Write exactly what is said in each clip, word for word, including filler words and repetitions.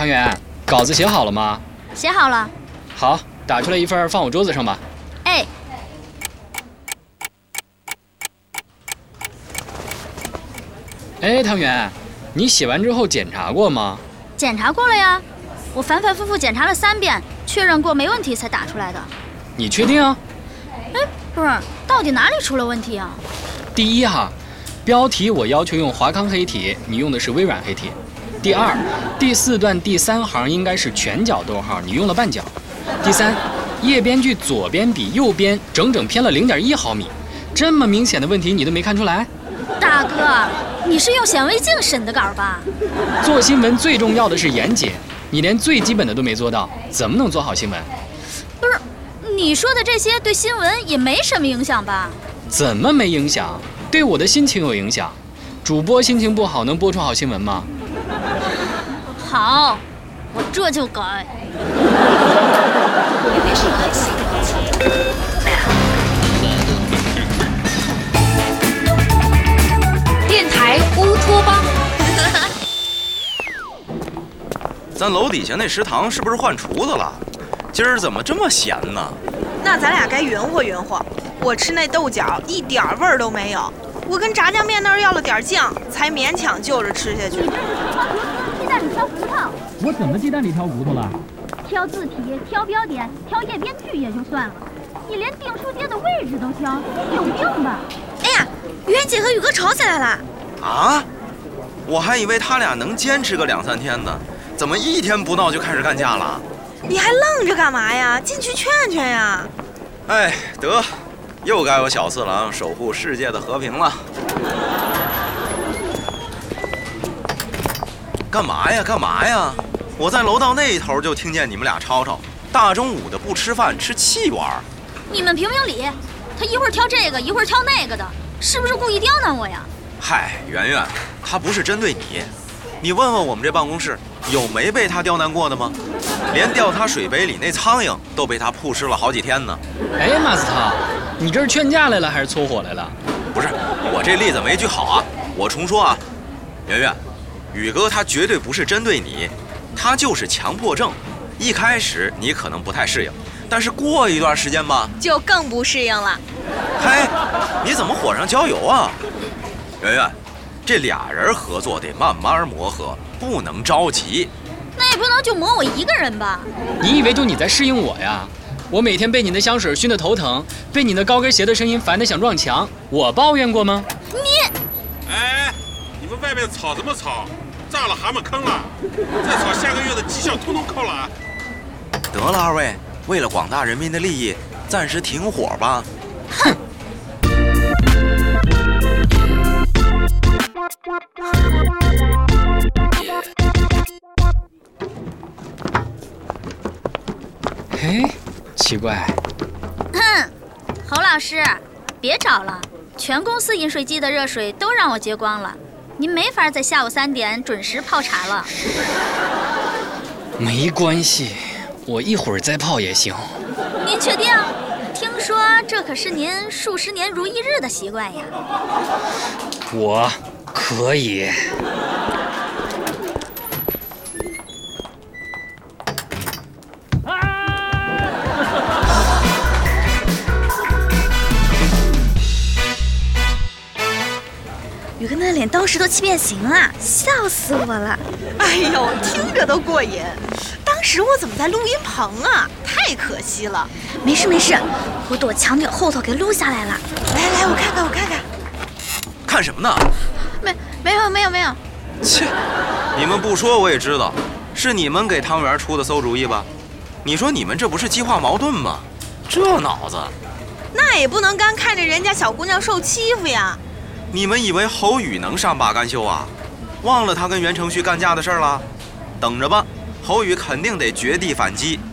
汤圆，稿子写好了吗？ 写好了。 好，打出来一份放我桌子上吧。 哎。 哎，汤圆，你写完之后检查过吗？ 检查过了呀，我反反复复检查了三遍，确认过没问题才打出来的。 你确定啊？ 哎，不是，到底哪里出了问题啊？ 第一哈，标题我要求用华康黑体，你用的是微软黑体。第二，第四段第三行应该是全角逗号，你用了半角。第三，页边距左边比右边整整偏了零点一毫米，这么明显的问题你都没看出来？ 大哥，你是用显微镜审的稿吧？ 做新闻最重要的是严谨，你连最基本的都没做到，怎么能做好新闻？ 不是，你说的这些对新闻也没什么影响吧？ 怎么没影响？对我的心情有影响。主播心情不好能播出好新闻吗？ 好，我这就改。 电台乌托邦。 咱楼底下那食堂是不是换厨子了？今儿怎么这么咸呢？ 那咱俩该匀和匀和。我吃那豆角一点味儿都没有，我跟炸酱面那儿要了点酱，才勉强就着吃下去。 鸡蛋里挑骨头。 我怎么鸡蛋里挑骨头了？ 挑字体，挑标点，挑页边距也就算了，你连订书街的位置都挑，你有病吧？ 哎呀，袁姐和宇哥吵起来了。 啊？我还以为他俩能坚持个两三天呢，怎么一天不闹就开始干架了？ 你还愣着干嘛呀？进去劝劝呀！ 哎，得，又该有小次郎守护世界的和平了。干嘛呀？干嘛呀？我在楼道那一头就听见你们俩吵吵，大中午的不吃饭吃气玩。 你们评评理，他一会儿挑这个，一会儿挑那个的，是不是故意刁难我呀？ 嗨，圆圆，他不是针对你，你问问我们这办公室有没被他刁难过的吗？连掉他水杯里那苍蝇都被他曝尸了好几天呢。 哎，马斯特，你这是劝架来了还是搓火来了？ 不是，我这例子没句好啊，我重说啊，圆圆，宇哥他绝对不是针对你，他就是强迫症。一开始你可能不太适应，但是过一段时间吧， 就更不适应了。 嘿，你怎么火上浇油啊？圆圆，这俩人合作得慢慢磨合，不能着急。 那也不能就磨我一个人吧？ 你以为就你在适应我呀？我每天被你的香水熏得头疼，被你的高跟鞋的声音烦得想撞墙，我抱怨过吗？ 你， 哎，你们外面吵什么吵？炸了蛤蟆坑了，再吵下个月的绩效通通扣了啊！ 得了，二位，为了广大人民的利益，暂时停火吧。 哼。哎，奇怪。 哼，侯老师，别找了，全公司饮水机的热水都让我接光了，您没法在下午三点准时泡茶了。 没关系，我一会儿再泡也行。 您确定？听说这可是您数十年如一日的习惯呀。 我可以。 宇哥那脸当时都气变形了，笑死我了。哎呦，听着都过瘾。当时我怎么在录音棚啊？太可惜了。 没事没事，我躲墙角后头给录下来了。 来来，我看看我看看。 看什么呢？ 没没有没有没有。 切，你们不说我也知道，是你们给汤圆出的馊主意吧？你说你们这不是激化矛盾吗？这脑子。 那也不能干看着人家小姑娘受欺负呀。 你们以为侯宇能善罢甘休啊？忘了他跟袁承旭干架的事儿了？等着吧，侯宇肯定得绝地反击。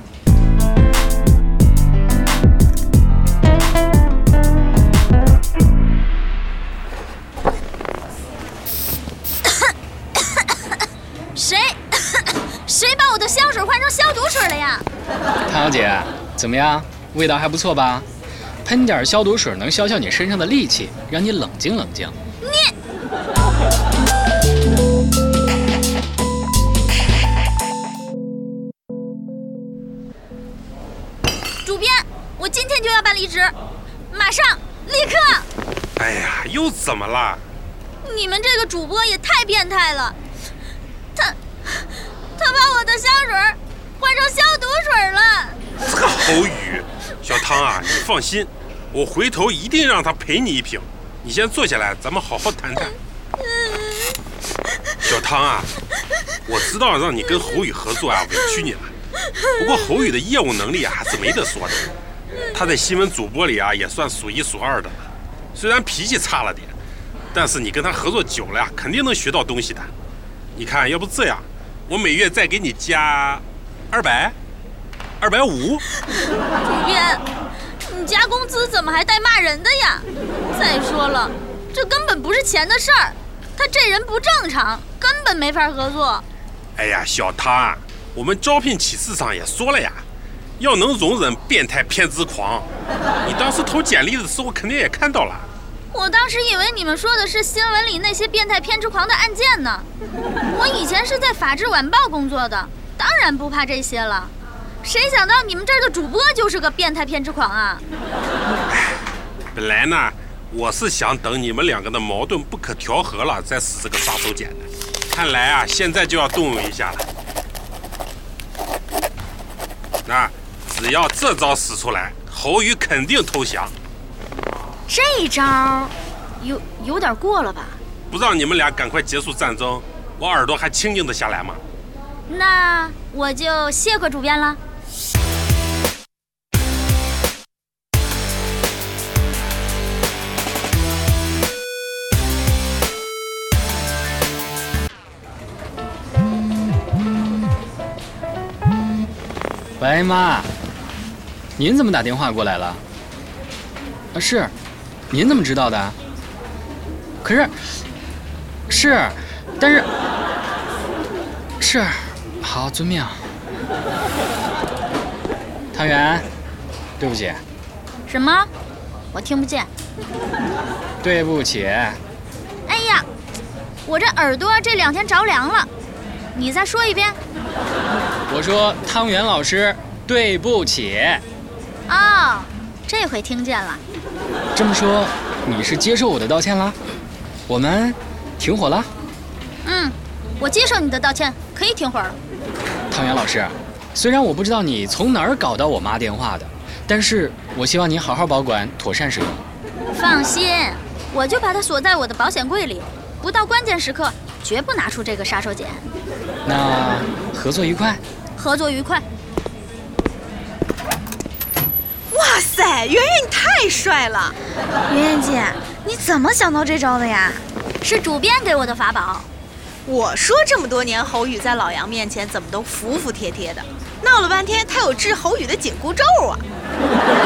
谁谁把我的香水换成消毒水了呀？ 汤小姐，怎么样？味道还不错吧？喷点消毒水能消消你身上的戾气，让你冷静冷静。 你， 主编，我今天就要办离职，马上，立刻！ 哎呀，又怎么了？ 你们这个主播也太变态了，他他把我的香水换成消毒水了。 这个侯宇，小汤啊，你放心，我回头一定让他赔你一瓶。你先坐下来，咱们好好谈谈。小汤啊，我知道让你跟侯宇合作啊，委屈你了。不过侯宇的业务能力啊，还是没得说的。他在新闻主播里啊，也算数一数二的了。虽然脾气差了点，但是你跟他合作久了呀，肯定能学到东西的。你看，要不这样，我每月再给你加二百，二百五。 主编，你加工资怎么还带骂人的呀？再说了，这根本不是钱的事儿，他这人不正常，根本没法合作。 哎呀，小汤，我们招聘启事上也说了呀，要能容忍变态偏执狂。你当时投简历的时候肯定也看到了。 我当时以为你们说的是新闻里那些变态偏执狂的案件呢。我以前是在法制晚报工作的，当然不怕这些了。谁想到你们这儿的主播就是个变态偏执狂啊！ 本来呢，我是想等你们两个的矛盾不可调和了，再使这个杀手锏的。看来啊，现在就要动用一下了。那只要这招使出来，侯宇肯定投降。 这招有有点过了吧？ 不让你们俩赶快结束战争，我耳朵还清静得下来吗？ 那我就谢过主编了。 喂，妈，您怎么打电话过来了？啊，是，您怎么知道的？可是，是，但是，是，好，遵命。汤圆，对不起。 什么？我听不见。 对不起。 哎呀，我这耳朵这两天着凉了，你再说一遍。 我说汤圆老师，对不起。 哦，这回听见了。 这么说，你是接受我的道歉了？我们停火了？ 嗯，我接受你的道歉，可以停火了。 汤圆老师，虽然我不知道你从哪儿搞到我妈电话的，但是我希望你好好保管，妥善使用。 放心，我就把它锁在我的保险柜里，不到关键时刻绝不拿出这个杀手锏。 那合作愉快。 合作愉快。 哇塞，圆圆你太帅了！ 圆圆姐，你怎么想到这招的呀？ 是主编给我的法宝。 我说这么多年，侯宇在老杨面前怎么都服服帖帖的，闹了半天他有治侯宇的紧箍咒啊！